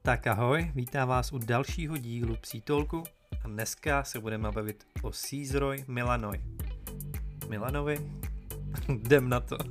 Tak ahoj, vítám vás u dalšího dílu Psí tolku a dneska se budeme bavit o Caesarovi Milanovi. Milanovi? Jdem na to.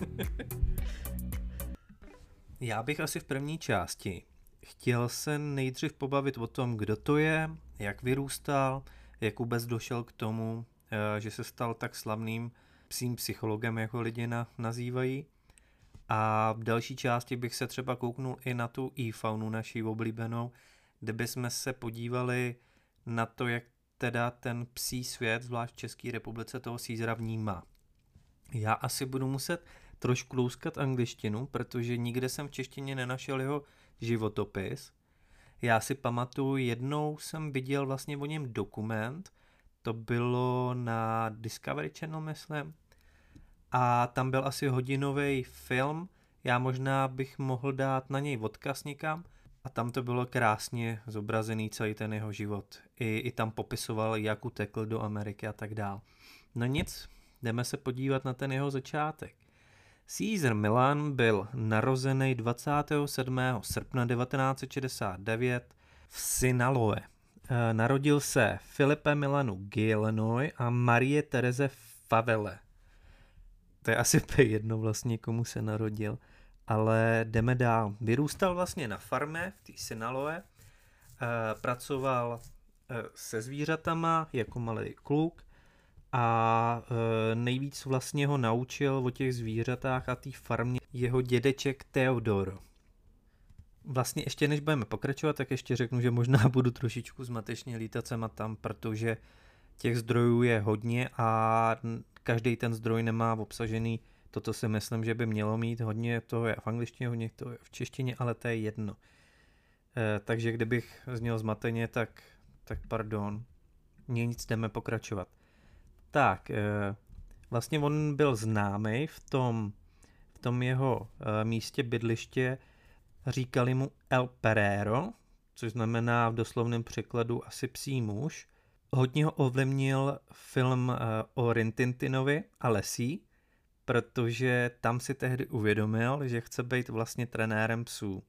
Já bych asi v první části chtěl se nejdřív pobavit o tom, kdo to je, jak vyrůstal, jak vůbec došel k tomu, že se stal tak slavným psím psychologem, jako lidi nazývají. A v další části bych se třeba kouknul i na tu e-faunu naší oblíbenou, kde bychom se podívali na to, jak teda ten psí svět, zvlášť v České republice, toho Caesara vnímá. Já asi budu muset trošku louskat angličtinu, protože nikde jsem v češtině nenašel jeho životopis. Já si pamatuju, jednou jsem viděl vlastně o něm dokument, to bylo na Discovery Channel, myslím, a tam byl asi hodinový film, já možná bych mohl dát na něj odkaz někam a tam to bylo krásně zobrazený celý ten jeho život. I tam popisoval, jak utekl do Ameriky a tak dál. No nic, jdeme se podívat na ten jeho začátek. Caesar Milan byl narozený 27. srpna 1969 v Sinaloe. Narodil se Filipe Milanu Guillenoy a Marie Tereze Favele. To je asi jedno vlastně, komu se narodil, ale jdeme dál. Vyrůstal vlastně na farmě v té Sinaloe, pracoval se zvířatama jako malý kluk a nejvíc vlastně ho naučil o těch zvířatách a té farmě jeho dědeček Theodoro. Vlastně ještě než budeme pokračovat, tak ještě řeknu, že možná budu trošičku zmatečně lítat sem a tam, protože těch zdrojů je hodně a každý ten zdroj nemá obsažený to, co si myslím, že by mělo mít. Hodně toho je v angličtině, hodně toho je v češtině, ale to je jedno. Takže kdybych zněl zmateně, tak pardon. Nic, jdeme pokračovat. Tak, vlastně on byl známý v tom jeho místě bydliště, říkali mu El Perero, což znamená v doslovném překladu asi psí muž. Hodně ho ovlivnil film o Rintintinovi a lesí, protože tam si tehdy uvědomil, že chce být vlastně trenérem psů.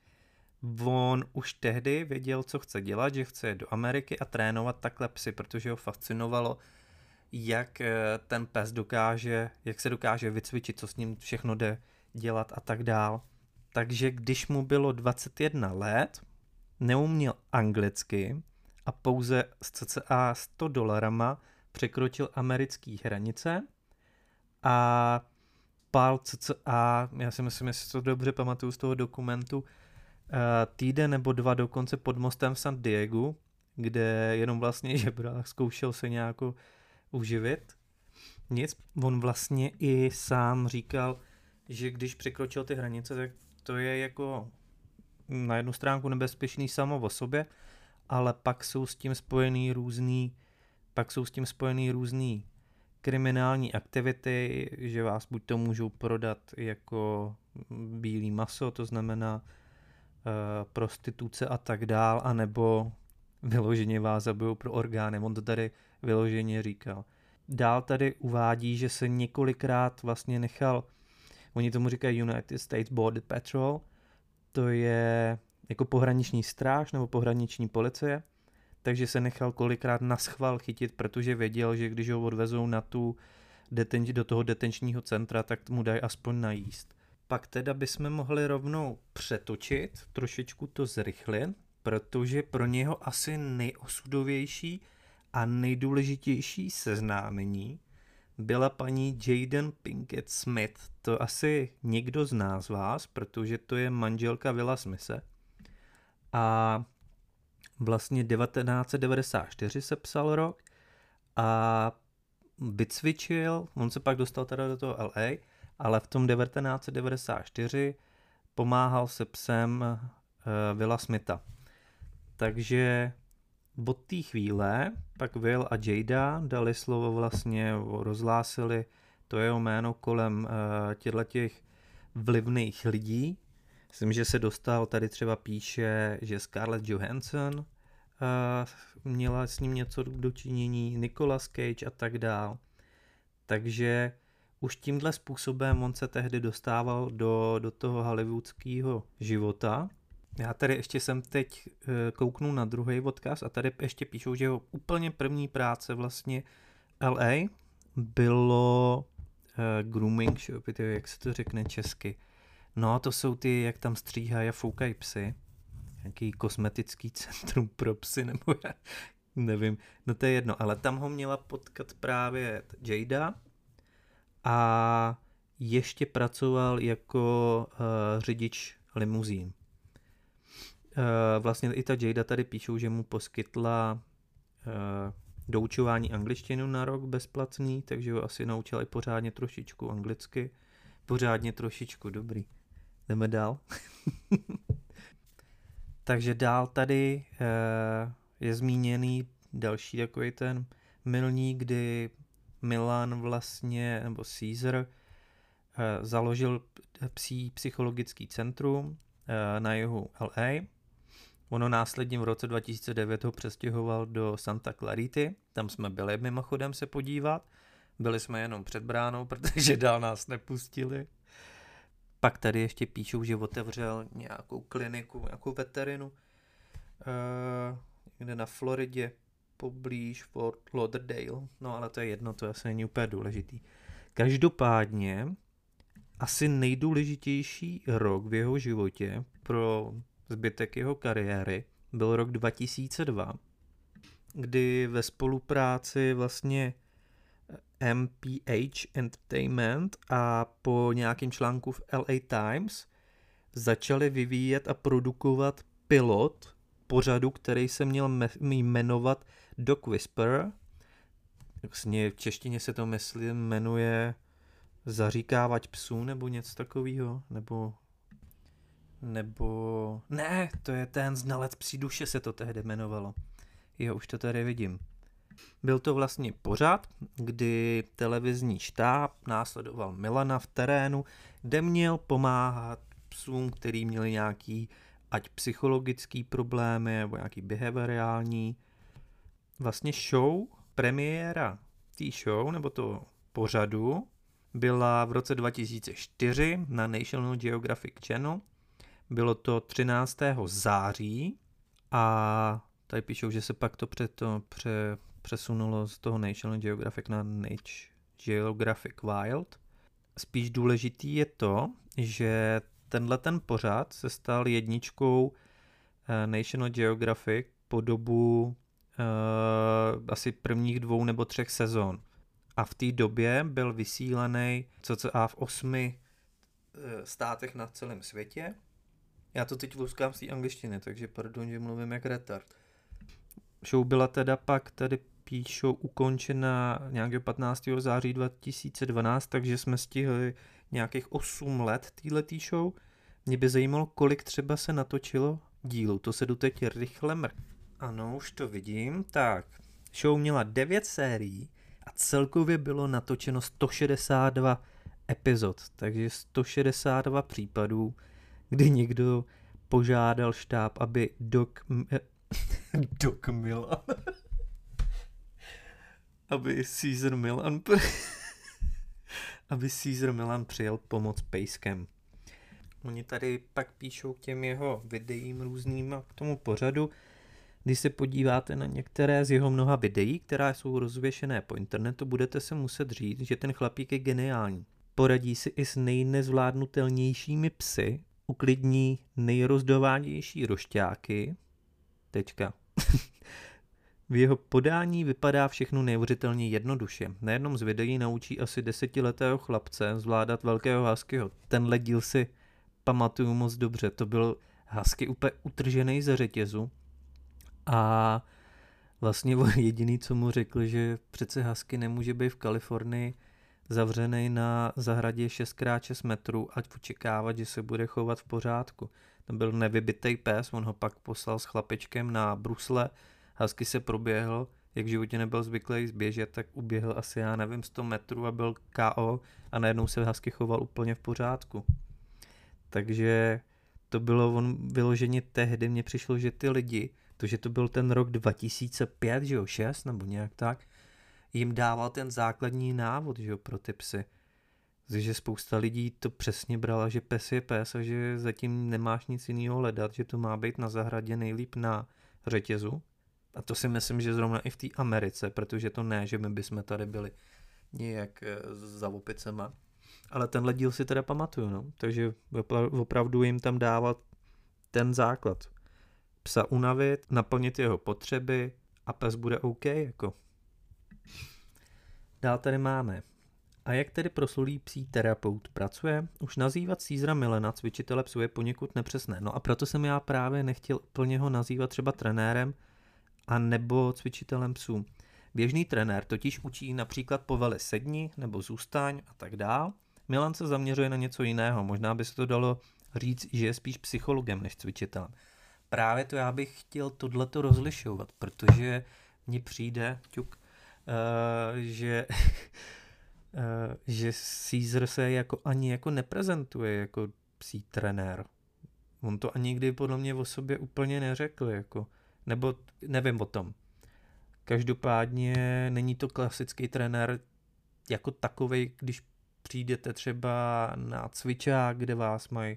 On už tehdy věděl, co chce dělat, že chce jít do Ameriky a trénovat takhle psy, protože ho fascinovalo, jak ten pes jak se dokáže vycvičit, co s ním všechno jde dělat a tak dál. Takže když mu bylo 21 let, neuměl anglicky, a pouze s cca $100 překročil americké hranice a pál cca, já si myslím, jestli to dobře pamatuju z toho dokumentu, týden nebo dva dokonce pod mostem v San Diegu, kde jenom vlastně žebrák zkoušel se nějak uživit. Nic, on vlastně i sám říkal, že když překročil ty hranice, tak to je jako na jednu stránku nebezpečný samo o sobě, ale pak jsou s tím spojený různý kriminální aktivity, že vás buď to můžou prodat jako bílý maso, to znamená prostituce a tak dál, anebo vyloženě vás zabijou pro orgány. On to tady vyloženě říkal. Dál tady uvádí, že se několikrát vlastně nechal, oni tomu říkají United States Border Patrol, to je jako pohraniční stráž nebo pohraniční policie, takže se nechal kolikrát naschvál chytit, protože věděl, že když ho odvezou do toho detenčního centra, tak mu dají aspoň najíst. Pak teda bychom mohli rovnou přetočit, trošičku to zrychlit, protože pro něho asi nejosudovější a nejdůležitější seznámení byla paní Jaden Pinkett Smith. To asi někdo zná z vás, protože to je manželka Willa Smithe. A vlastně 1994 se psal rok a vycvičil, on se pak dostal teda do toho LA, ale v tom 1994 pomáhal se psem Willa Smitha. Takže od té chvíle pak Will a Jada dali slovo vlastně, rozhlásili to jeho jméno kolem těch vlivných lidí. Myslím, že se dostal, tady třeba píše, že Scarlett Johansson měla s ním něco dočinění, Nicolas Cage a tak dál. Takže už tímhle způsobem on se tehdy dostával do toho hollywoodského života Já tady ještě jsem teď kouknul na druhý odkaz a tady ještě píšou, že jeho úplně první práce vlastně LA bylo grooming shop, jak se to řekne česky. No, to jsou ty, jak tam stříhají a foukají psy. Nějaký kosmetický centrum pro psy, nebo já nevím. No to je jedno, ale tam ho měla potkat právě Jada a ještě pracoval jako řidič limuzín. Vlastně i ta Jada tady píšou, že mu poskytla doučování angličtinu na rok bezplatný, takže ho asi naučila i pořádně trošičku anglicky. Pořádně trošičku, dobrý. Jdeme dál. Takže dál tady je zmíněný další takový ten milník, kdy Milan vlastně, nebo Caesar, založil psí psychologický centrum na jihu LA. Ono následně v roce 2009 ho přestěhoval do Santa Clarity, tam jsme byli mimochodem se podívat, byli jsme jenom před bránou, protože dál nás nepustili. Pak tady ještě píšou, že otevřel nějakou kliniku, nějakou veterinu, někde na Floridě, poblíž Fort Lauderdale, no ale to je jedno, to asi není úplně důležitý. Každopádně asi nejdůležitější rok v jeho životě pro zbytek jeho kariéry byl rok 2002, kdy ve spolupráci vlastně MPH Entertainment a po nějakém článku v LA Times začali vyvíjet a produkovat pilot pořadu, který se měl jmenovat Dog Whisperer. V češtině se to myslím jmenuje Zaříkávač psů nebo něco takového, nebo ne, to je ten Znalec psí duše se to tehdy jmenovalo. Jo, už to tady vidím. Byl to vlastně pořad, kdy televizní štáb následoval Milana v terénu, kde měl pomáhat psům, který měli nějaký ať psychologický problémy nebo nějaký behaviorální. Vlastně premiéra té show nebo toho pořadu byla v roce 2004 na National Geographic Channel. Bylo to 13. září a tady píšou, že se pak to přesunulo z toho National Geographic na Geographic Wild. Spíš důležitý je to, že ten pořad se stal jedničkou National Geographic po dobu asi prvních 2 nebo 3 sezon. A v té době byl vysílaný cca v 8 státech na celém světě. Já to teď luskám z té angličtiny, takže pardon, že mluvím jak retard. Show byla teda pak, tady píšou, ukončena nějakého 15. září 2012, takže jsme stihli nějakých 8 let téhletý show. Mě by zajímalo, kolik třeba se natočilo dílů, to se jdu teď rychle Ano, už to vidím. Tak, show měla 9 sérií a celkově bylo natočeno 162 epizod, takže 162 případů, kdy někdo požádal štáb, aby Doc Milan aby Caesar Milan přijel pomoct pejskem. Oni tady pak píšou k těm jeho videím různým a k tomu pořadu. Když se podíváte na některé z jeho mnoha videí, která jsou rozvěšené po internetu, budete se muset říct, že ten chlapík je geniální. Poradí si i s nejnezvládnutelnějšími psy, uklidní nejrozdovánější rošťáky. V jeho podání vypadá všechno neuvěřitelně jednoduše. Na jednom z videí naučí asi 10letého chlapce zvládat velkého huskyho. Tenhle díl si pamatuju moc dobře. To byl husky úplně utržený ze řetězu. A vlastně jediný, co mu řekl, že přece husky nemůže být v Kalifornii zavřený na zahradě 6x6 metrů, ať očekávat, že se bude chovat v pořádku. To byl nevybitej pes, on ho pak poslal s chlapečkem na brusle, husky se proběhl, jak v životě nebyl zvyklý zběžet, tak uběhl asi, 100 metrů a byl KO a najednou se husky choval úplně v pořádku. Takže to bylo vyloženě tehdy, mně přišlo, že ty lidi, že to byl ten rok 2005, že jo, 6 nebo nějak tak, jim dával ten základní návod, že jo, pro ty psy. Takže spousta lidí to přesně brala, že pes je pes a že zatím nemáš nic jiného hledat, že to má být na zahradě nejlíp na řetězu. A to si myslím, že zrovna i v té Americe, protože to ne, že my bychom tady byli nějak za opicema. Ale tenhle díl si teda pamatuju, no. Takže opravdu jim tam dávat ten základ. Psa unavit, naplnit jeho potřeby a pes bude OK, jako. Dál tady máme. A jak tedy proslulý psí terapeut pracuje? Už nazývat Caesara Millena, cvičitele psů, je poněkud nepřesné. No a proto jsem já právě nechtěl úplně ho nazývat třeba trenérem a nebo cvičitelem psů. Běžný trenér totiž učí například povely sedni nebo zůstaň a tak dál. Milan se zaměřuje na něco jiného. Možná by se to dalo říct, že je spíš psychologem než cvičitelem. Právě to já bych chtěl tohleto rozlišovat, protože mně přijde, že Caesar se jako ani jako neprezentuje jako psí trenér. On to ani nikdy podle mě o sobě úplně neřekl, jako, nebo nevím o tom. Každopádně není to klasický trenér jako takovej, když přijdete třeba na cvičák, kde vás mají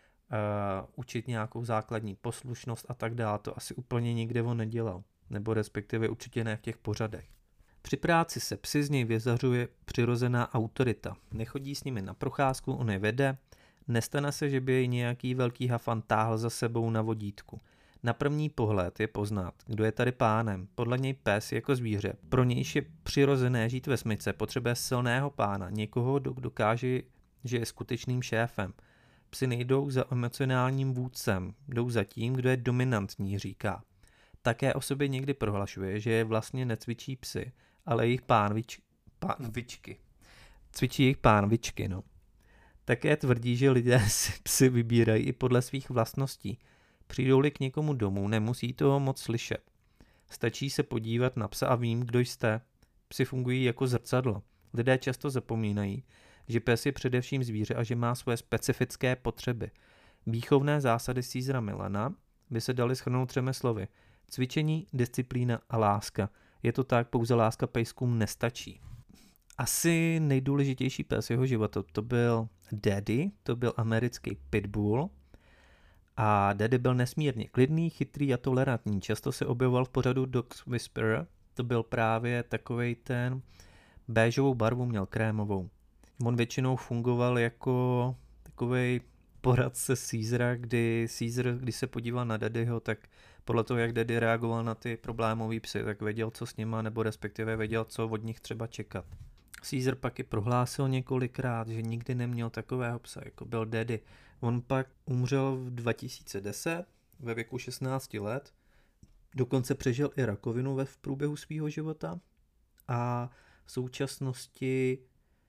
učit nějakou základní poslušnost a tak dále. To asi úplně nikde on nedělal, nebo respektive určitě ne v těch pořadech. Při práci se psy z něj vyzařuje přirozená autorita. Nechodí s nimi na procházku, on je vede, nestane se, že by jej nějaký velký hafan táhl za sebou na vodítku. Na první pohled je poznat, kdo je tady pánem. Podle něj pes jako zvíře. Pro nějž je přirozené žít ve smyčce, potřebuje silného pána, někoho, kdo dokáže, že je skutečným šéfem. Psi nejdou za emocionálním vůdcem, jdou za tím, kdo je dominantní, říká. Také o sobě někdy prohlašuje, že je vlastně necvičí psy, ale jejich pánvičky. Cvičí jejich pánvičky, no. Také tvrdí, že lidé si psy vybírají i podle svých vlastností. Přijdou-li k někomu domů, nemusí toho moc slyšet. Stačí se podívat na psa a vím, kdo jste. Psi fungují jako zrcadlo. Lidé často zapomínají, že pes je především zvíře a že má své specifické potřeby. Výchovné zásady Caesara Millena by se daly shrnout 3 slovy. Cvičení, disciplína a láska. Je to tak, pouze láska pejskům nestačí. Asi nejdůležitější pes jeho života to byl Daddy, to byl americký pitbull. A Daddy byl nesmírně klidný, chytrý a tolerantní. Často se objevoval v pořadu Dog's Whisperer. To byl právě takovej ten béžovou barvu, měl krémovou. On většinou fungoval jako takovej poradce Caesara, kdy Caesar, když se podíval na Daddyho, tak podle toho, jak Daddy reagoval na ty problémový psy, tak věděl, co s nima, nebo respektive věděl, co od nich třeba čekat. Caesar pak i prohlásil několikrát, že nikdy neměl takového psa, jako byl Daddy. On pak umřel v 2010 ve věku 16 let, dokonce přežil i rakovinu v průběhu svého života a v současnosti,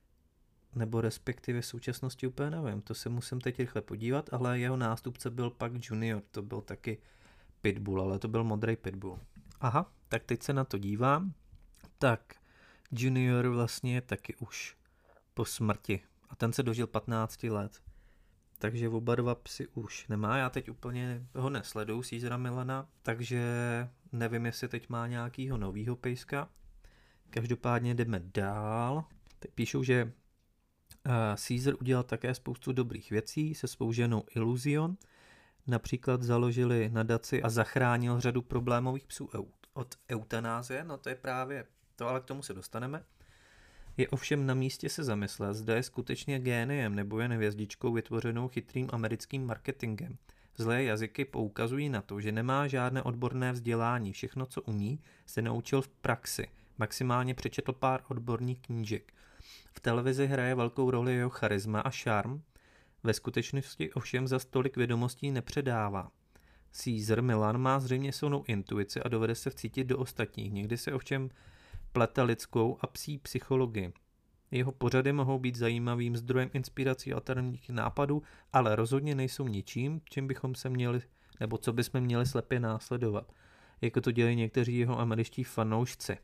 nebo respektive v současnosti úplně nevím, to se musím teď rychle podívat, ale jeho nástupce byl pak Junior, to byl taky pitbull, ale to byl modrý pitbull. Aha, tak teď se na to dívám, tak Junior vlastně je taky už po smrti a ten se dožil 15 let. Takže oba dva psy už nemá, já teď úplně ho nesleduju, Caesara Millena, takže nevím, jestli teď má nějakýho novýho pejska. Každopádně jdeme dál. Teď píšou, že Caesar udělal také spoustu dobrých věcí se svou ženou Illusion. Například založili nadaci a zachránil řadu problémových psů od eutanázie, no to je právě to, ale k tomu se dostaneme. Je ovšem na místě se zamyslet, zda je skutečně géniem nebo jen hvězdičkou vytvořenou chytrým americkým marketingem. Zlé jazyky poukazují na to, že nemá žádné odborné vzdělání, všechno, co umí, se naučil v praxi. Maximálně přečetl pár odborných knížek. V televizi hraje velkou roli jeho charisma a šarm, ve skutečnosti ovšem za tolik vědomostí nepředává. Caesar Millan má zřejmě silnou intuici a dovede se vcítit do ostatních, někdy se ovšem plete lidskou a psí psychologii. Jeho pořady mohou být zajímavým zdrojem inspirací a alternativních nápadů, ale rozhodně nejsou ničím, čím bychom se měli, nebo co bychom měli slepě následovat, jako to dělají někteří jeho američtí fanoušci.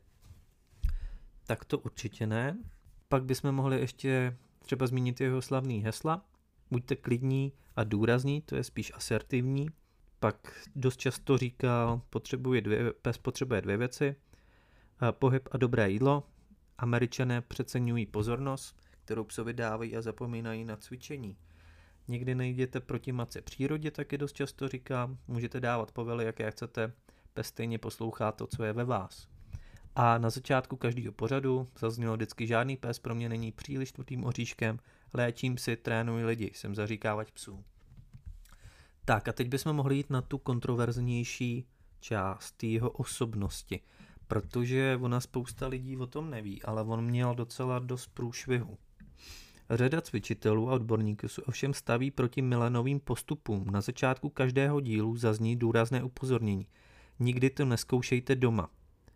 Tak to určitě ne. Pak bychom mohli ještě třeba zmínit jeho slavný hesla. Buďte klidní a důrazní, to je spíš asertivní. Pak dost často říkal, pes potřebuje 2 věci. Pohyb a dobré jídlo. Američané přeceňují pozornost. kterou psovi dávají a zapomínají na cvičení. Někdy nejděte proti matce přírodě, taky dost často říkám, můžete dávat povely, jaké chcete, pes stejně poslouchá to, co je ve vás. A na začátku každého pořadu zaznělo vždycky: žádný pes pro mě není příliš tvrdým oříškem, léčím si, trénuji lidi, jsem zaříkávač psů. Tak a teď bychom mohli jít na tu kontroverznější část jeho osobnosti, protože ona spousta lidí o tom neví, ale on měl docela dost průšvihu. Řada cvičitelů a odborníků se ovšem staví proti milenovým postupům. Na začátku každého dílu zazní důrazné upozornění: nikdy to neskoušejte doma.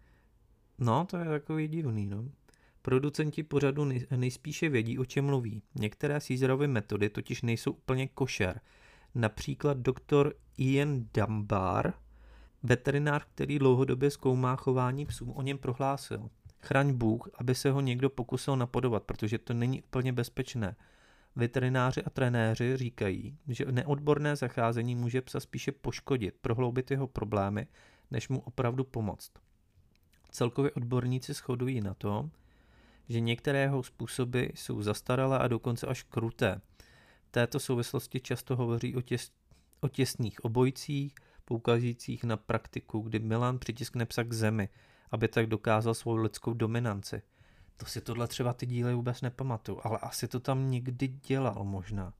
No, to je takový divný, no. Producenti pořadu nejspíše vědí, o čem mluví. Některé Caesarovy metody totiž nejsou úplně košer. Například doktor Ian Dunbar, veterinář, který dlouhodobě zkoumá chování psů, o něm prohlásil: chraň Bůh, aby se ho někdo pokusil napodovat, protože to není úplně bezpečné. Veterináři a trenéři říkají, že neodborné zacházení může psa spíše poškodit, prohloubit jeho problémy, než mu opravdu pomoct. Celkově odborníci shodují na tom, že některé jeho způsoby jsou zastaralé a dokonce až kruté. V této souvislosti často hovoří o těsných obojcích, poukazujících na praktiku, kdy Milan přitiskne psa k zemi, aby tak dokázal svou lidskou dominanci. To si tohle třeba ty díly vůbec nepamatuju, ale asi to tam někdy dělal možná.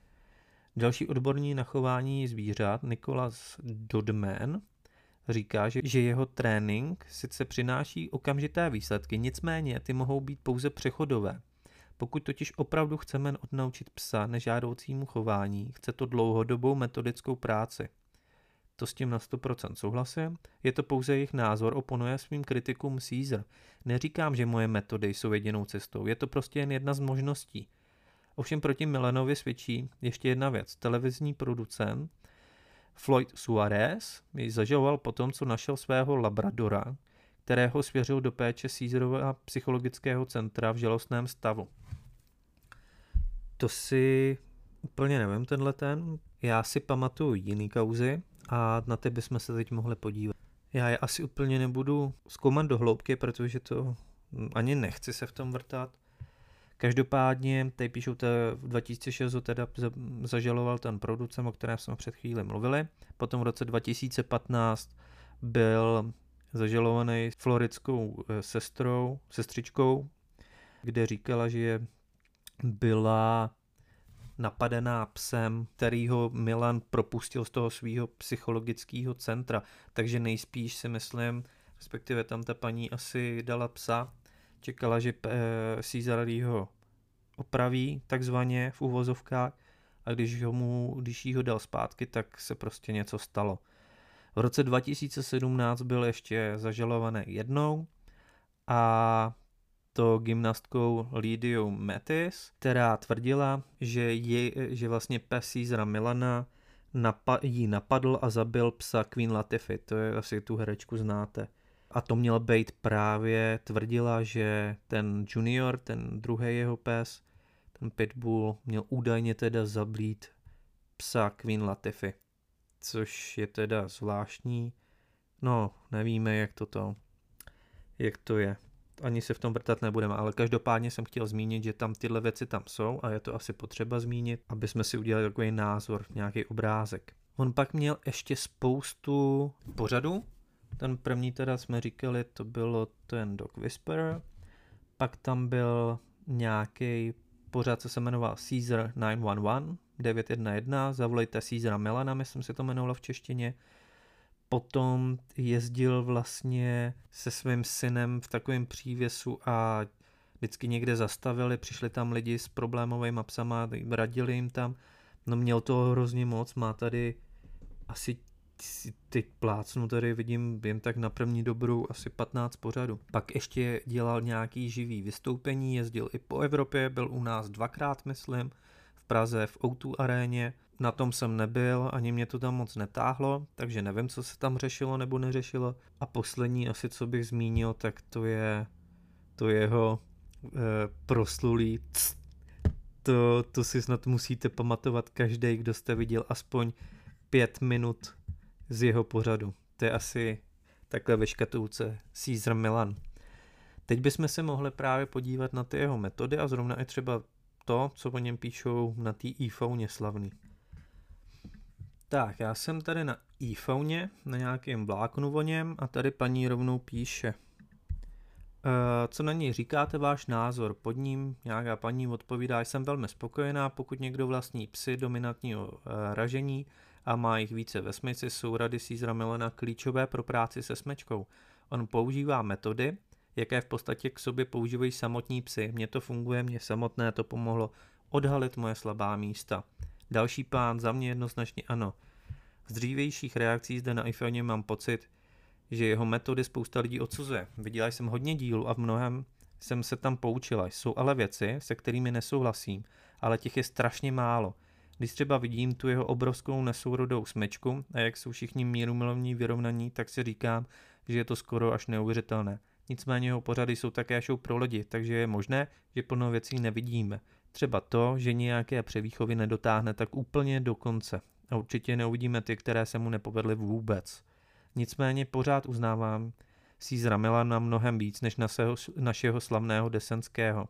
Další odborník na chování zvířat, Nicholas Dodman, říká, že jeho trénink sice přináší okamžité výsledky, nicméně ty mohou být pouze přechodové. Pokud totiž opravdu chceme odnaučit psa nežádoucímu chování, chce to dlouhodobou metodickou práci. To s tím na 100% souhlasím, je to pouze jejich názor, oponuje svým kritikům Caesar. Neříkám, že moje metody jsou jedinou cestou, je to prostě jen jedna z možností. Ovšem proti Milanovi svědčí ještě jedna věc. Televizní producent Floyd Suarez ji zažaloval po tom, co našel svého labradora, kterého svěřil do péče Caesarova psychologického centra v žalostném stavu. To si úplně nevím, ten. Já si pamatuju jiný kauzy a na ty bychom se teď mohli podívat. Já je asi úplně nebudu zkoumat do hloubky, protože to ani nechci se v tom vrtat. Každopádně, tady píšou, v 2006 teda zažaloval ten producent, o kterém jsme před chvíli mluvili. Potom v roce 2015 byl zažalovaný floridskou sestřičkou, kde říkala, že byla napadená psem, kterýho Milan propustil z toho svého psychologického centra. Takže nejspíš si myslím, respektive tam ta paní asi dala psa, čekala, že Caesar ho opraví, takzvaně v uvozovkách, a když jí ho dal zpátky, tak se prostě něco stalo. V roce 2017 byl ještě zažalovaný jednou, a to gymnastkou Lidiou Mattis, která tvrdila, že vlastně pes Caesara Milana jí napadl a zabil psa Queen Latifah. To je, asi tu herečku znáte. A to měl být právě, tvrdila, že ten junior, ten druhý jeho pes, ten pitbull, měl údajně teda zabít psa Queen Latifah. Což je teda zvláštní. No, nevíme, jak to je. Ani se v tom vrtat nebudeme, ale každopádně jsem chtěl zmínit, že tam tyhle věci tam jsou a je to asi potřeba zmínit, aby jsme si udělali takový názor, nějaký obrázek. On pak měl ještě spoustu pořadů. Ten první teda jsme říkali, to bylo ten Dog Whisperer. Pak tam byl nějaký pořad, co se jmenoval Caesar 911, zavolejte Caesara Milana, myslím si to jmenovalo v češtině. Potom jezdil vlastně se svým synem v takovém přívěsu a vždycky někde zastavili, přišli tam lidi s problémovými psama, radili jim tam. No měl toho hrozně moc, má tady asi, teď plácnu, tady vidím jen tak na první dobrou asi 15 pořadů. Pak ještě dělal nějaký živý vystoupení, jezdil i po Evropě, byl u nás 2krát, myslím, v Praze v O2 aréně. Na tom jsem nebyl, ani mě to tam moc netáhlo, takže nevím, co se tam řešilo nebo neřešilo. A poslední asi, co bych zmínil, tak to je to jeho proslulý to si snad musíte pamatovat každý, kdo jste viděl aspoň 5 minut z jeho pořadu. To je asi takhle ve škatulce Caesar Milan. Teď bychom se mohli právě podívat na ty jeho metody a zrovna i třeba to, co o něm píšou na té iPhone slavný. Tak, já jsem tady na iPhone, na nějakém vláknu o něm a tady paní rovnou píše. Co na něj říkáte, váš názor? Pod ním nějaká paní odpovídá, jsem velmi spokojená, pokud někdo vlastní psy dominantního ražení a má jich více ve smyci, jsou rady Caesara Millana klíčové pro práci se smečkou. On používá metody, jaké v podstatě k sobě používají samotní psy. Mně to funguje, mně samotné to pomohlo odhalit moje slabá místa. Další pán, za mě jednoznačně ano. Z dřívějších reakcí zde na iPhone mám pocit, že jeho metody spousta lidí odsuzuje. Viděla jsem hodně dílů a v mnohem jsem se tam poučila. Jsou ale věci, se kterými nesouhlasím, ale těch je strašně málo. Když třeba vidím tu jeho obrovskou nesourodou smečku a jak jsou všichni mírumilovní vyrovnaní, tak si říkám, že je to skoro až neuvěřitelné. Nicméně jeho pořady jsou také show pro lidi, takže je možné, že plno věcí nevidíme. Třeba to, že nějaké převýchovy nedotáhne tak úplně do konce. A určitě neuvidíme ty, které se mu nepovedly vůbec. Nicméně pořád uznávám Caesara Millana mnohem víc než našeho slavného Desenského.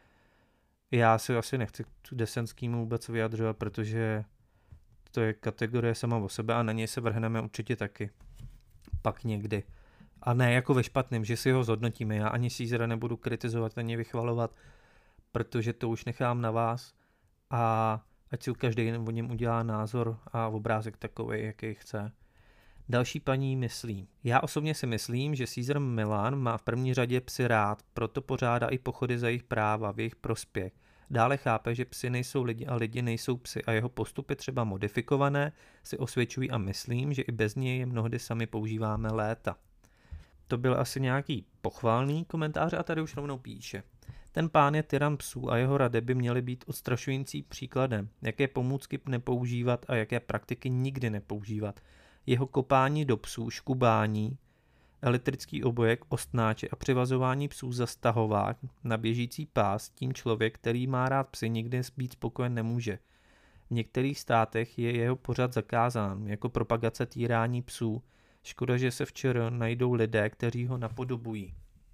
Já si asi nechci k Desenskému vůbec vyjadřovat, protože to je kategorie sama o sebe a na něj se vrhneme určitě taky. Pak někdy. A ne jako ve špatném, že si ho zhodnotíme. Já ani Caesara nebudu kritizovat, ani vychvalovat, protože to už nechám na vás a ať si každý o něm udělá názor a obrázek takový, jaký chce. Další paní myslí. Já osobně si myslím, že Caesar Milan má v první řadě psy rád, proto pořádá i pochody za jejich práva, v jejich prospěch. Dále chápe, že psy nejsou lidi a lidi nejsou psy a jeho postupy třeba modifikované si osvědčují a myslím, že i bez něj je mnohdy sami používáme léta. To byl asi nějaký pochválný komentář a tady už rovnou píše. Ten pán je tyran psů a jeho rady by měly být odstrašující příkladem, jaké pomůcky nepoužívat a jaké praktiky nikdy nepoužívat. Jeho kopání do psů, škubání, elektrický obojek, ostnáče a přivazování psů za stahovák na běžící pás, tím člověk, který má rád psy, nikdy být spokojen nemůže. V některých státech je jeho pořad zakázán, jako propagace týrání psů. Škoda, že se včera najdou lidé, kteří ho napodobují.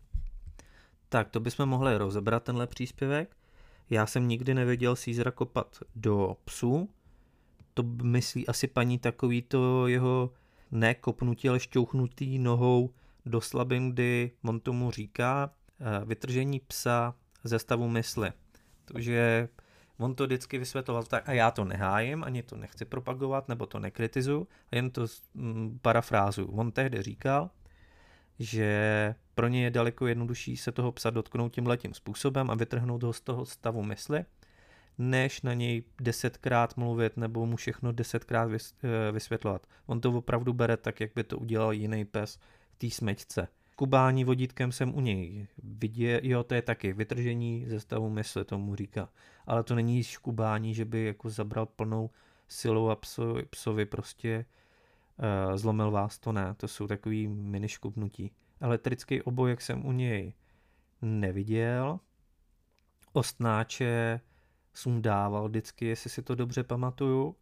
Tak, to bychom mohli rozebrat tenhle příspěvek. Já jsem nikdy neviděl Caesara kopat do psů. To myslí asi paní takový to jeho ne kopnutí, ale šťouchnutý nohou do slabin, kdy on tomu říká vytržení psa ze stavu mysli. Takže on to vždycky vysvětloval tak a já to nehájím, ani to nechci propagovat, nebo to nekritizuju, a jen to parafrázuju. On tehdy říkal, že pro ně je daleko jednodušší se toho psa dotknout tímhletím způsobem a vytrhnout ho z toho stavu mysli, než na něj 10krát mluvit nebo mu všechno 10krát vysvětlovat. On to opravdu bere tak, jak by to udělal jiný pes v té smečce. Kubání vodítkem jsem u něj viděl, jo, to je taky vytržení ze stavu mysli, tomu říká. Ale to není škubání, že by jako zabral plnou silou a psovi prostě zlomil vás, to ne, to jsou takový mini škubnutí. Elektrický obojek jsem u něj neviděl. Ostnáče sundával vždycky, jestli si to dobře pamatuju.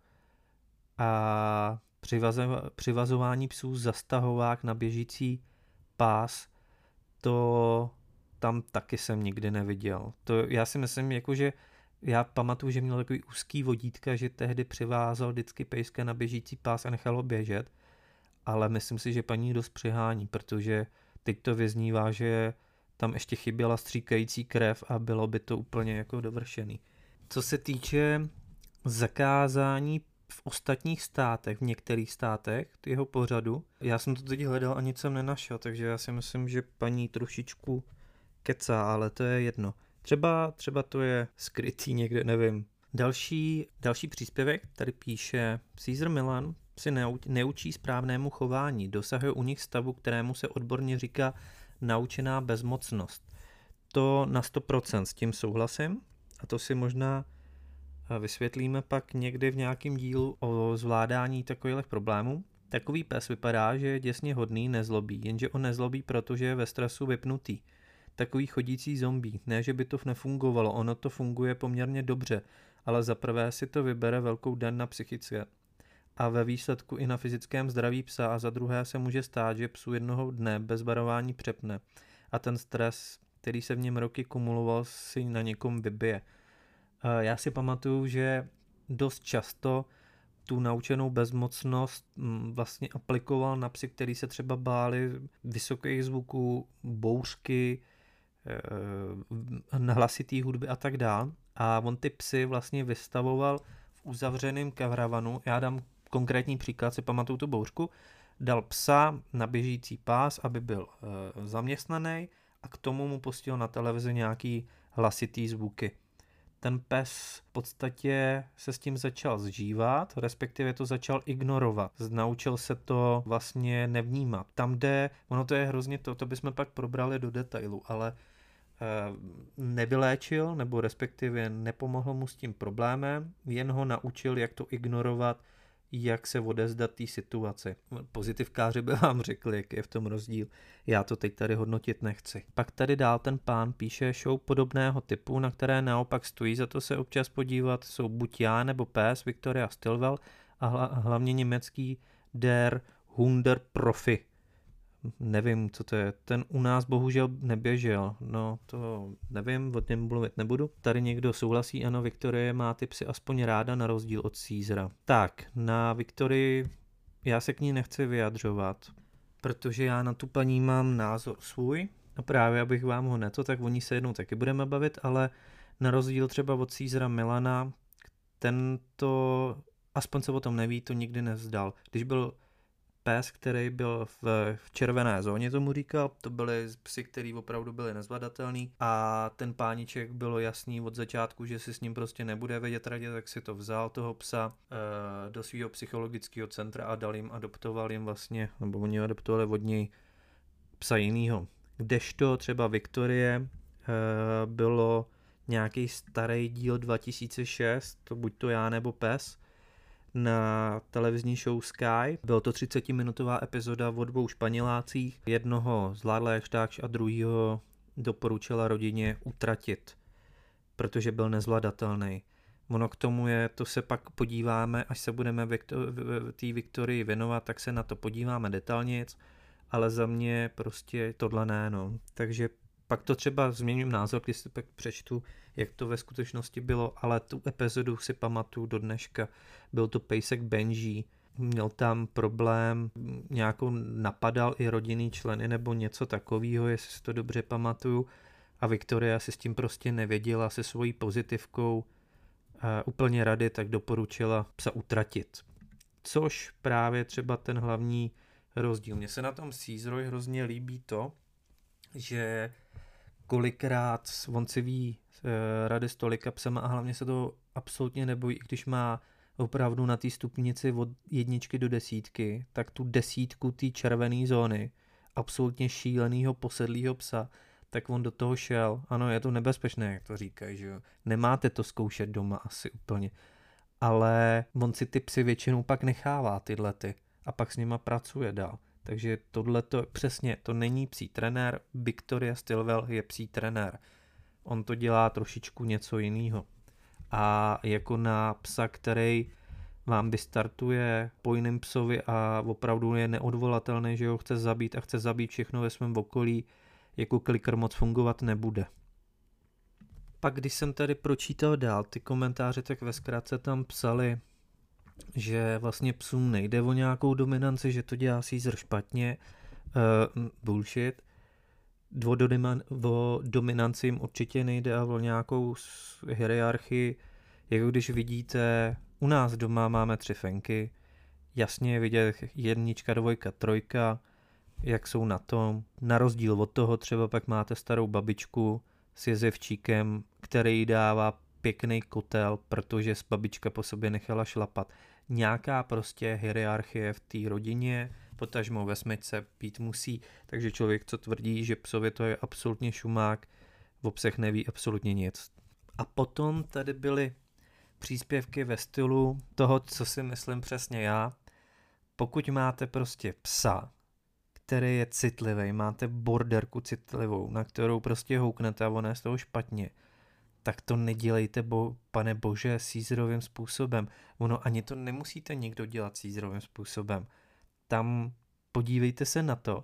A přivazování psů zastahovák na běžící pás, to tam taky jsem nikdy neviděl. To já si myslím, jakože já pamatuju, že měl takový úzký vodítka, že tehdy přivázal vždycky pejska na běžící pás a nechal ho běžet, ale myslím si, že paní dost přihání, protože teď to vyznívá, že tam ještě chyběla stříkající krev a bylo by to úplně jako dovršený. Co se týče zakázání v ostatních státech, v některých státech jeho pořadu, já jsem to teď hledal a nic jsem nenašel, takže já si myslím, že paní trošičku kecá, ale to je jedno. Třeba to je skrytý někde, nevím. Další příspěvek tady píše Caesar Milan si neučí správnému chování, dosahuje u nich stavu, kterému se odborně říká naučená bezmocnost. To na 100% s tím souhlasím a to si možná vysvětlíme pak někdy v nějakém dílu o zvládání takových problémů. Takový pes vypadá, že je děsně hodný, nezlobí, jenže on nezlobí, protože je ve stresu vypnutý. Takový chodící zombie, ne, že by to nefungovalo, ono to funguje poměrně dobře, ale za prvé si to vybere velkou den na psychice a ve výsledku i na fyzickém zdraví psa a za druhé se může stát, že psu jednoho dne bez varování přepne a ten stres, který se v něm roky kumuloval, si na někom vybije. Já si pamatuju, že dost často tu naučenou bezmocnost vlastně aplikoval na psy, který se třeba báli vysokých zvuků, bouřky, hlasitý hudby a tak dále. A on ty psy vlastně vystavoval v uzavřeném karavanu. Já dám konkrétní příklad, si pamatuju tu bouřku. Dal psa na běžící pás, aby byl zaměstnaný, a k tomu mu pustil na televizi nějaký hlasitý zvuky. Ten pes v podstatě se s tím začal zžívat, respektive to začal ignorovat. Naučil se to vlastně nevnímat. Tam jde, ono to je hrozně to bychom pak probrali do detailu, ale nevyléčil, nebo respektive nepomohl mu s tím problémem, jen ho naučil, jak to ignorovat, jak se odezdat té situaci. Pozitivkáři by vám řekli, jak je v tom rozdíl. Já to teď tady hodnotit nechci. Pak tady dál ten pán píše show podobného typu, na které naopak stojí za to se občas podívat, jsou buď já nebo pes Victoria Stilwell a hlavně německý Der Hunder Profi. Nevím, co to je. Ten u nás bohužel neběžel. No, to nevím, o něm mluvit nebudu. Tady někdo souhlasí, ano, Viktorie má ty psy aspoň ráda na rozdíl od Caesara. Tak, na Viktorii já se k ní nechci vyjadřovat, protože já na tu paní mám názor svůj a právě abych vám ho neto, tak o ní se jednou taky budeme bavit, ale na rozdíl třeba od Caesara Milana, ten to, aspoň se o tom neví, to nikdy nevzdal. Když byl pes, který byl v červené zóně, tomu říkal, to byly psy, který opravdu byly nezvladatelný a ten pániček bylo jasný od začátku, že si s ním prostě nebude vědět radit, tak si to vzal toho psa do svého psychologického centra a adoptoval jim vlastně, nebo oni adoptovali od něj psa jinýho. Kdežto třeba Viktorie bylo nějaký starý díl 2006, to buď to já nebo pes, na televizní show Sky. Bylo to 30-minutová epizoda o dvou Španělácích. Jednoho zvládla jak štákš a druhýho doporučila rodině utratit, protože byl nezvladatelný. Ono k tomu je, to se pak podíváme, až se budeme té Viktorii věnovat, tak se na to podíváme detailněc, ale za mě prostě tohle ne, no. Takže pak to třeba změním názor, když si pak přečtu, jak to ve skutečnosti bylo, ale tu epizodu si pamatuju do dneška. Byl to pejsek Benji, měl tam problém, nějakou napadal i rodinný členy nebo něco takového, jestli si to dobře pamatuju, a Viktoria si s tím prostě nevěděla, se svojí pozitivkou úplně rady, tak doporučila psa utratit. Což právě třeba ten hlavní rozdíl. Mně se na tom Caesarovi hrozně líbí to, že kolikrát on si ví rady s tolika psama a hlavně se to absolutně nebojí, i když má opravdu na té stupnici od 1 do 10, tak tu 10 té červené zóny absolutně šílenýho posedlýho psa, tak on do toho šel. Ano, je to nebezpečné, jak to říkají, že jo. Nemáte to zkoušet doma asi úplně, ale on si ty psy většinou pak nechává tyhle a pak s nima pracuje dál. Takže tohle to přesně, to není psí trenér, Victoria Stilwell je psí trenér. On to dělá trošičku něco jiného. A jako na psa, který vám vystartuje po jiném psovi a opravdu je neodvolatelný, že ho chce zabít a chce zabít všechno ve svém okolí, jako kliker moc fungovat nebude. Pak když jsem tady pročítal dál ty komentáře, tak ve zkratce tam psali, že vlastně psům nejde o nějakou dominanci, že to dělá Caesar špatně, bullshit. O dominanci jim určitě nejde a o nějakou hierarchii, jako když vidíte, u nás doma máme 3 fenky, jasně je vidět 1, 2, 3, jak jsou na tom. Na rozdíl od toho třeba pak máte starou babičku s jezevčíkem, který dává pěkný kotel, protože babička po sobě nechala šlapat. Nějaká prostě hierarchie v té rodině, potažmo ve smečce být musí, takže člověk, co tvrdí, že psovi to je absolutně šumák, o psech neví absolutně nic. A potom tady byly příspěvky ve stylu toho, co si myslím přesně já. Pokud máte prostě psa, který je citlivý, máte borderku citlivou, na kterou prostě houknete a ona je z toho špatně, tak to nedělejte, pane bože, Caesarovým způsobem. Ono ani to nemusíte někdo dělat Caesarovým způsobem. Tam podívejte se na to,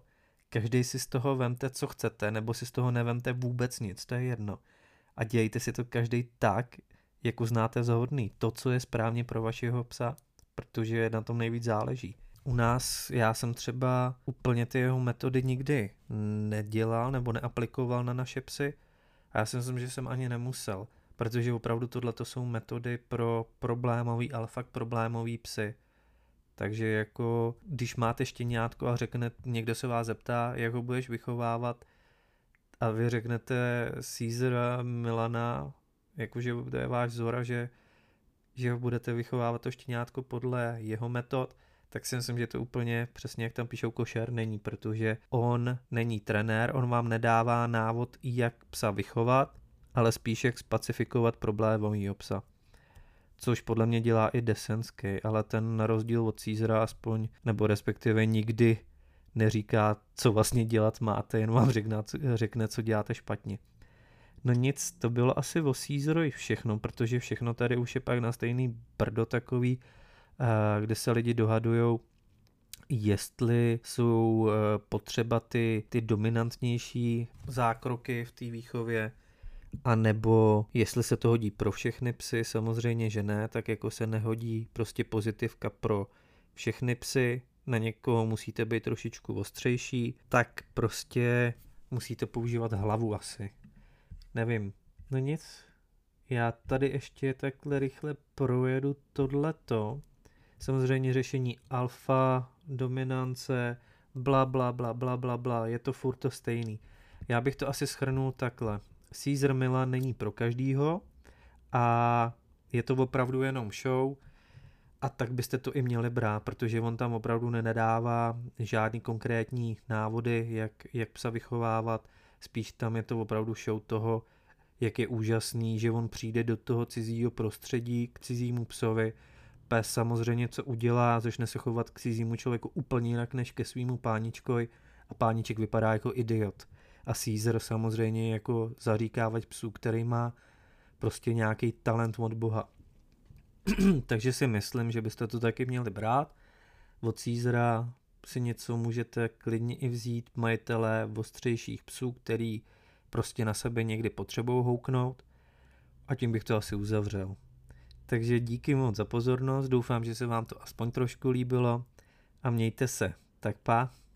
každý si z toho vemte, co chcete, nebo si z toho nevemte vůbec nic, to je jedno. A dělejte si to každý tak, jak uznáte za hodný. To, co je správně pro vašeho psa, protože na tom nejvíc záleží. U nás, já jsem třeba úplně ty jeho metody nikdy nedělal nebo neaplikoval na naše psy a já si myslím, že jsem ani nemusel, protože opravdu tohleto jsou metody pro problémový, ale fakt problémový psy. Takže jako, když máte štěňátko a někdo se vás zeptá, jak ho budeš vychovávat a vy řeknete Caesara, Milana, jakože to je váš vzor a že ho budete vychovávat to štěňátko podle jeho metod, tak si myslím, že to úplně přesně, jak tam píšou, košer není, protože on není trenér, on vám nedává návod, jak psa vychovat, ale spíš jak spacifikovat problémovýho psa. Což podle mě dělá i Desensky, ale ten na rozdíl od Caesara aspoň, nebo respektive nikdy neříká, co vlastně dělat máte, jen vám řekne, co děláte špatně. No nic, to bylo asi o Caesarovi všechno, protože všechno tady už je pak na stejný brdo takový, kde se lidi dohadujou, jestli jsou potřeba ty dominantnější zákroky v té výchově, a nebo jestli se to hodí pro všechny psy, samozřejmě že ne, tak jako se nehodí prostě pozitivka pro všechny psy, na někoho musíte být trošičku ostřejší, tak prostě musíte používat hlavu asi. Nevím, no nic, já tady ještě takhle rychle projedu tohleto, samozřejmě řešení alfa, dominance, bla bla bla bla bla bla, je to furt to stejný. Já bych to asi shrnul takhle. Caesar Milan není pro každýho a je to opravdu jenom show a tak byste to i měli brát, protože on tam opravdu nedává žádný konkrétní návody, jak psa vychovávat, spíš tam je to opravdu show toho, jak je úžasný, že on přijde do toho cizího prostředí k cizímu psovi, pes samozřejmě co udělá, začne se chovat k cizímu člověku úplně jinak než ke svýmu páničkovi a pániček vypadá jako idiot. A Caesar samozřejmě jako zaříkávat psu, který má prostě nějaký talent od Boha. Takže si myslím, že byste to taky měli brát. Od Caesara si něco můžete klidně i vzít, majitelé ostřejších psů, který prostě na sebe někdy potřebují houknout. A tím bych to asi uzavřel. Takže díky moc za pozornost, doufám, že se vám to aspoň trošku líbilo a mějte se. Tak pa.